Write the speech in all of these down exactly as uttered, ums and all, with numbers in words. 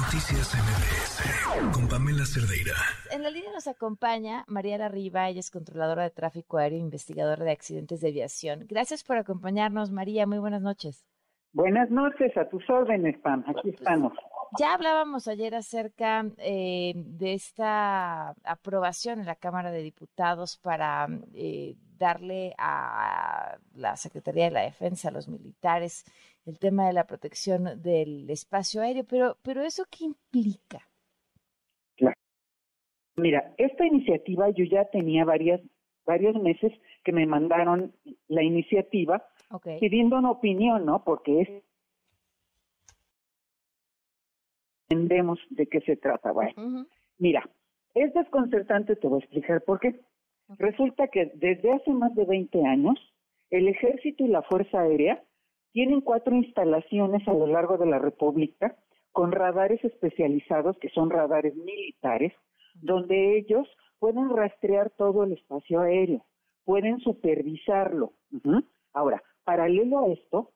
Noticias M B S con Pamela Cerdeira. En la línea nos acompaña Mariela Riva, ella es controladora de tráfico aéreo e investigadora de accidentes de aviación. Gracias por acompañarnos, María, muy buenas noches. Buenas noches, a tus órdenes, Pam, aquí estamos. Ya hablábamos ayer acerca eh, de esta aprobación en la Cámara de Diputados para eh, darle a la Secretaría de la Defensa, a los militares, el tema de la protección del espacio aéreo, pero, pero ¿eso qué implica? Claro. Mira, esta iniciativa yo ya tenía varias, varios meses que me mandaron la iniciativa okay. pidiendo una opinión, ¿no? Porque es entendemos de qué se trata. Bueno, uh-huh. Mira, es desconcertante, te voy a explicar por qué. Okay. Resulta que desde hace más de veinte años, el Ejército y la Fuerza Aérea tienen cuatro instalaciones a lo largo de la República con radares especializados, que son radares militares, uh-huh. donde ellos pueden rastrear todo el espacio aéreo, pueden supervisarlo. Uh-huh. Ahora, paralelo a esto,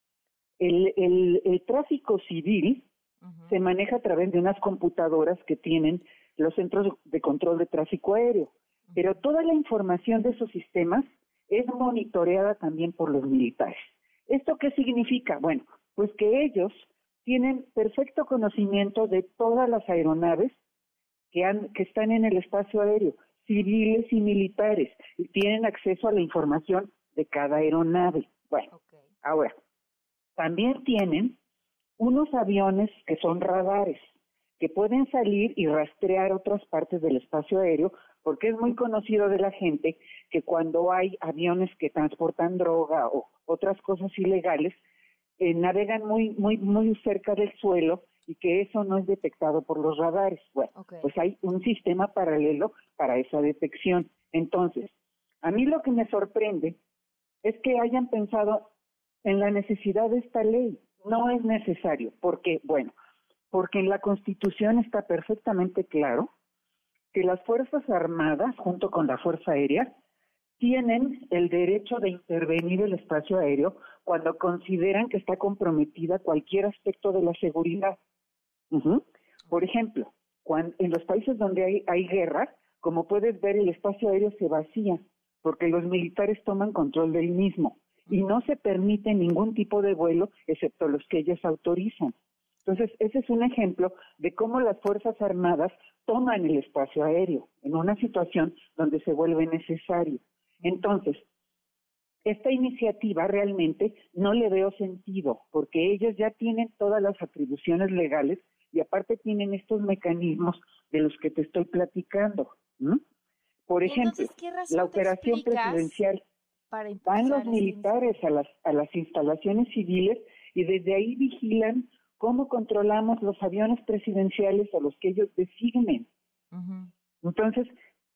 el, el, el tráfico civil uh-huh. se maneja a través de unas computadoras que tienen los centros de control de tráfico aéreo, uh-huh. pero toda la información de esos sistemas es monitoreada también por los militares. ¿Esto qué significa? Bueno, pues que ellos tienen perfecto conocimiento de todas las aeronaves que, han, que están en el espacio aéreo, civiles y militares, y tienen acceso a la información de cada aeronave. Bueno, okay. Ahora, también tienen unos aviones que son radares, que pueden salir y rastrear otras partes del espacio aéreo, porque es muy conocido de la gente que cuando hay aviones que transportan droga o otras cosas ilegales, eh, navegan muy, muy, muy cerca del suelo y que eso no es detectado por los radares. Bueno, okay. pues hay un sistema paralelo para esa detección. Entonces, a mí lo que me sorprende es que hayan pensado en la necesidad de esta ley. No es necesario, porque, bueno, porque en la Constitución está perfectamente claro que las Fuerzas Armadas, junto con la Fuerza Aérea, tienen el derecho de intervenir el espacio aéreo cuando consideran que está comprometida cualquier aspecto de la seguridad. Uh-huh. Por ejemplo, cuando, en los países donde hay, hay guerra, como puedes ver, el espacio aéreo se vacía porque los militares toman control del mismo y no se permite ningún tipo de vuelo excepto los que ellos autorizan. Entonces, ese es un ejemplo de cómo las Fuerzas Armadas toman el espacio aéreo en una situación donde se vuelve necesario. Entonces, esta iniciativa realmente no le veo sentido, porque ellos ya tienen todas las atribuciones legales y aparte tienen estos mecanismos de los que te estoy platicando. ¿Mm? Por ejemplo, entonces, la operación presidencial, van los militares a las, a las instalaciones civiles y desde ahí vigilan cómo controlamos los aviones presidenciales a los que ellos designen. Uh-huh. Entonces,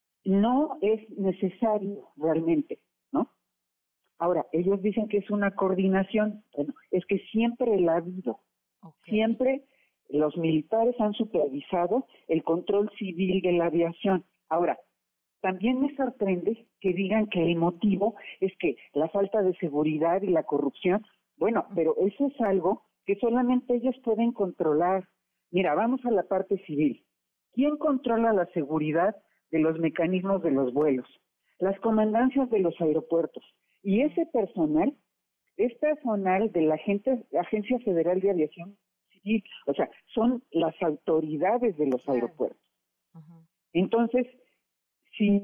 no es necesario realmente, ¿no? Ahora, ellos dicen que es una coordinación. Bueno, es que siempre la ha habido. Okay. Siempre los militares han supervisado el control civil de la aviación. Ahora, también me sorprende que digan que el motivo es que la falta de seguridad y la corrupción. Bueno, pero eso es algo que solamente ellos pueden controlar. Mira, vamos a la parte civil. ¿Quién controla la seguridad de los mecanismos de los vuelos? Las comandancias de los aeropuertos. Y ese personal es personal de la gente, Agencia Federal de Aviación Civil. O sea, son las autoridades de los aeropuertos. Uh-huh. Entonces, sí,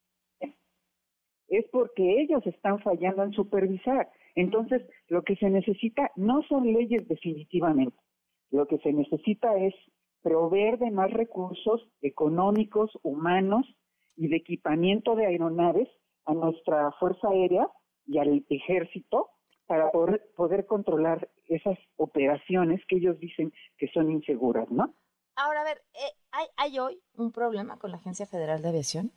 es porque ellos están fallando en supervisar. Entonces, lo que se necesita no son leyes definitivamente. Lo que se necesita es proveer de más recursos económicos, humanos y de equipamiento de aeronaves a nuestra Fuerza Aérea y al Ejército para poder, poder controlar esas operaciones que ellos dicen que son inseguras, ¿no? Ahora, a ver, eh, ¿hay, ¿hay hoy un problema con la Agencia Federal de Aviación?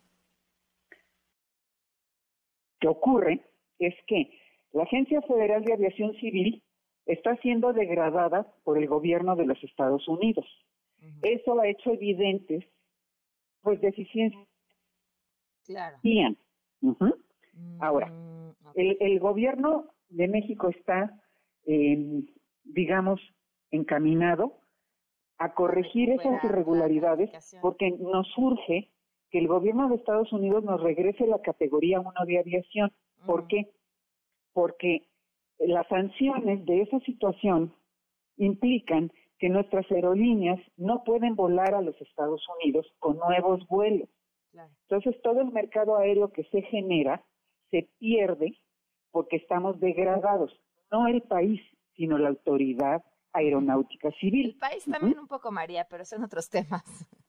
Lo que ocurre es que la Agencia Federal de Aviación Civil está siendo degradada por el gobierno de los Estados Unidos. Uh-huh. Eso ha hecho evidentes, pues, deficiencias. Claro. Uh-huh. Mm, Ahora, okay. el, el gobierno de México está, eh, digamos, encaminado a corregir esas irregularidades porque nos urge que el gobierno de Estados Unidos nos regrese la categoría uno de aviación. ¿Por uh-huh. qué? Porque las sanciones de esa situación implican que nuestras aerolíneas no pueden volar a los Estados Unidos con nuevos vuelos. Claro. Entonces, todo el mercado aéreo que se genera se pierde porque estamos degradados. No el país, sino la autoridad aeronáutica civil. El país también uh-huh. un poco, María, pero son otros temas.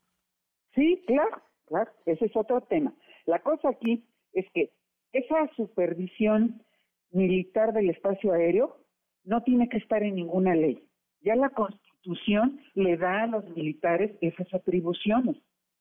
Sí, claro, claro, ese es otro tema. La cosa aquí es que esa supervisión militar del espacio aéreo no tiene que estar en ninguna ley. Ya la Constitución le da a los militares esas atribuciones.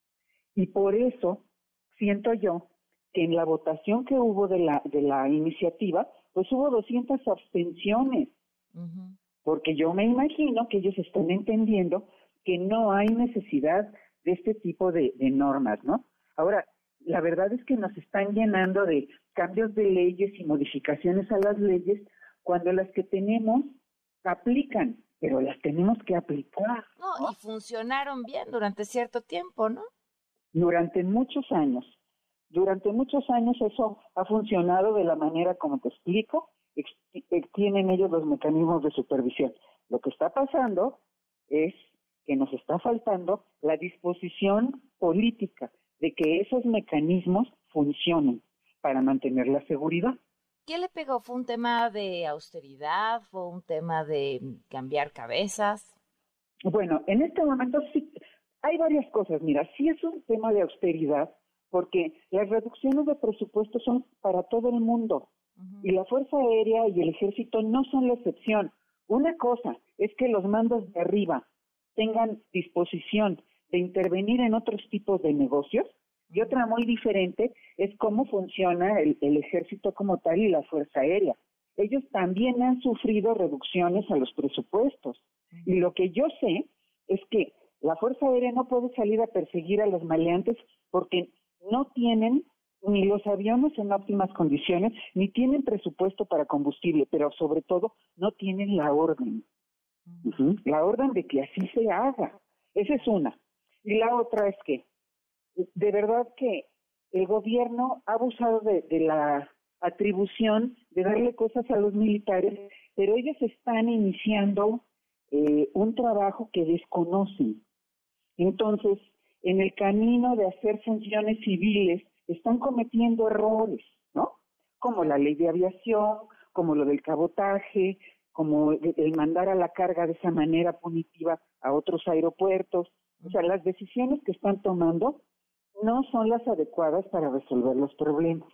Y por eso siento yo que en la votación que hubo de la de la iniciativa, pues hubo doscientas abstenciones. Uh-huh. Porque yo me imagino que ellos están entendiendo que no hay necesidad de este tipo de, de normas, ¿no? Ahora, la verdad es que nos están llenando de cambios de leyes y modificaciones a las leyes cuando las que tenemos aplican, pero las tenemos que aplicar. No, ¿no? Y funcionaron bien durante cierto tiempo, ¿no? Durante muchos años. Durante muchos años eso ha funcionado de la manera como te explico, ex- tienen ellos los mecanismos de supervisión. Lo que está pasando es que nos está faltando la disposición política de que esos mecanismos funcionen para mantener la seguridad. ¿Qué le pegó? ¿Fue un tema de austeridad? ¿Fue un tema de cambiar cabezas? Bueno, en este momento sí, hay varias cosas. Mira, sí es un tema de austeridad, porque las reducciones de presupuesto son para todo el mundo, uh-huh. y la Fuerza Aérea y el Ejército no son la excepción. Una cosa es que los mandos de arriba tengan disposición de intervenir en otros tipos de negocios, y otra muy diferente es cómo funciona el, el ejército como tal y la Fuerza Aérea. Ellos también han sufrido reducciones a los presupuestos. Y lo que yo sé es que la Fuerza Aérea no puede salir a perseguir a los maleantes porque no tienen ni los aviones en óptimas condiciones, ni tienen presupuesto para combustible, pero sobre todo no tienen la orden. Uh-huh. La orden de que así se haga. Esa es una. Y la otra es que de verdad que el gobierno ha abusado de, de la atribución de darle cosas a los militares, pero ellos están iniciando eh, un trabajo que desconocen. Entonces, en el camino de hacer funciones civiles, están cometiendo errores, ¿no? Como la ley de aviación, como lo del cabotaje, como el mandar a la carga de esa manera punitiva a otros aeropuertos. O sea, las decisiones que están tomando no son las adecuadas para resolver los problemas.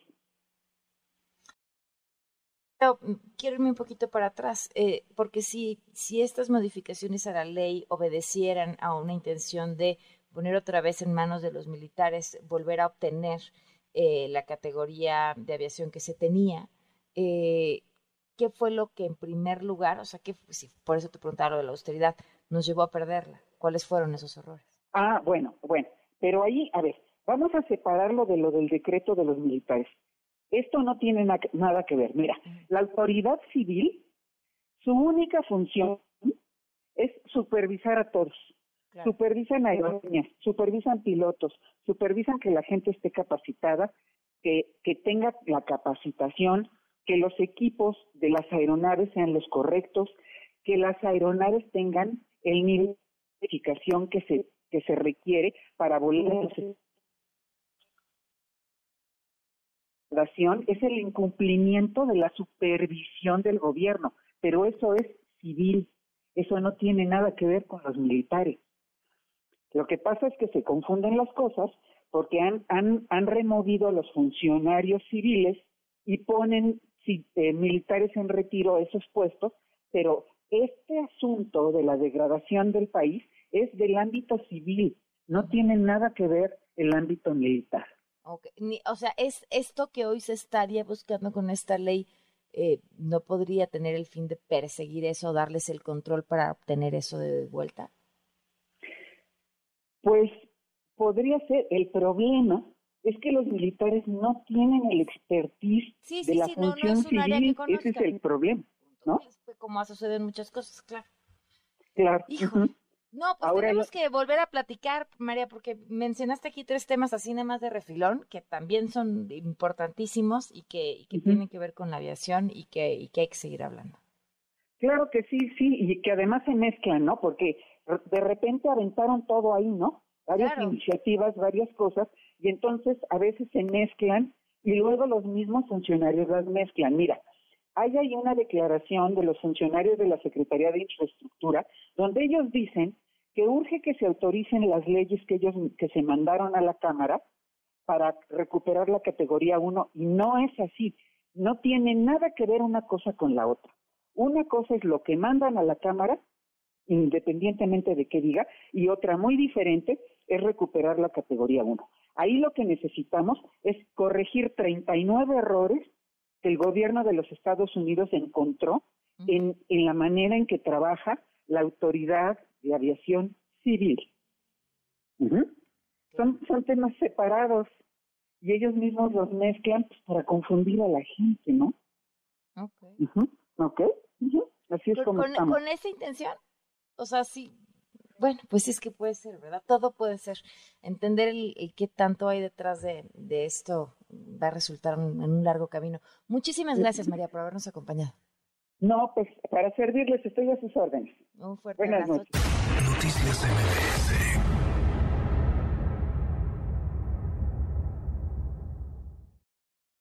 Pero quiero irme un poquito para atrás, eh, porque si, si estas modificaciones a la ley obedecieran a una intención de poner otra vez en manos de los militares, volver a obtener eh, la categoría de aviación que se tenía, eh, ¿qué fue lo que en primer lugar, o sea, que si por eso te preguntaba lo de la austeridad, nos llevó a perderla? ¿Cuáles fueron esos errores? Ah, bueno, bueno, pero ahí, a ver, vamos a separarlo de lo del decreto de los militares. Esto no tiene na- nada que ver. Mira, la autoridad civil, su única función es supervisar a todos. Claro. Supervisan aerolíneas, supervisan pilotos, supervisan que la gente esté capacitada, que, que tenga la capacitación, que los equipos de las aeronaves sean los correctos, que las aeronaves tengan el nivel de certificación que se, que se requiere para volar. Es el incumplimiento de la supervisión del gobierno, pero eso es civil, eso no tiene nada que ver con los militares. Lo que pasa es que se confunden las cosas porque han, han, han removido a los funcionarios civiles y ponen si, eh, militares en retiro a esos puestos, pero este asunto de la degradación del país es del ámbito civil, no tiene nada que ver el ámbito militar. Okay. Ni, o sea, es esto que hoy se estaría buscando con esta ley, eh, ¿no podría tener el fin de perseguir eso, darles el control para obtener eso de vuelta? Pues podría ser. El problema es que los militares no tienen el expertise sí, sí, de la sí, función no, no es un área civil, que ese es el problema, ¿no? Como ha sucedido en muchas cosas, claro. Claro. Híjole, Uh-huh. No, pues Ahora tenemos lo... que volver a platicar, María, porque mencionaste aquí tres temas así nada más de refilón, que también son importantísimos y que, y que uh-huh. tienen que ver con la aviación y que, y que hay que seguir hablando. Claro que sí, sí, y que además se mezclan, ¿no? Porque de repente aventaron todo ahí, ¿no? Varias claro. iniciativas, varias cosas, y entonces a veces se mezclan y luego los mismos funcionarios las mezclan. Mira, hay ahí una declaración de los funcionarios de la Secretaría de Infraestructura donde ellos dicen que urge que se autoricen las leyes que ellos que se mandaron a la Cámara para recuperar la categoría uno, y no es así, no tiene nada que ver una cosa con la otra. Una cosa es lo que mandan a la Cámara, independientemente de qué diga, y otra muy diferente es recuperar la categoría uno. Ahí lo que necesitamos es corregir treinta y nueve errores que el gobierno de los Estados Unidos encontró uh-huh. en, en la manera en que trabaja la Autoridad de Aviación Civil. Uh-huh. Son, son temas separados y ellos mismos los mezclan pues, para confundir a la gente, ¿no? Ok. Uh-huh. Ok. Uh-huh. Así es ¿Con, como con, estamos. ¿Con esa intención? O sea, sí. Bueno, pues es que puede ser, ¿verdad? Todo puede ser. Entender el, el qué tanto hay detrás de, de esto va a resultar en un largo camino. Muchísimas gracias, María, por habernos acompañado. No, pues para servirles estoy a sus órdenes. Un fuerte Buenas abrazo. Noches. Noticias M B S.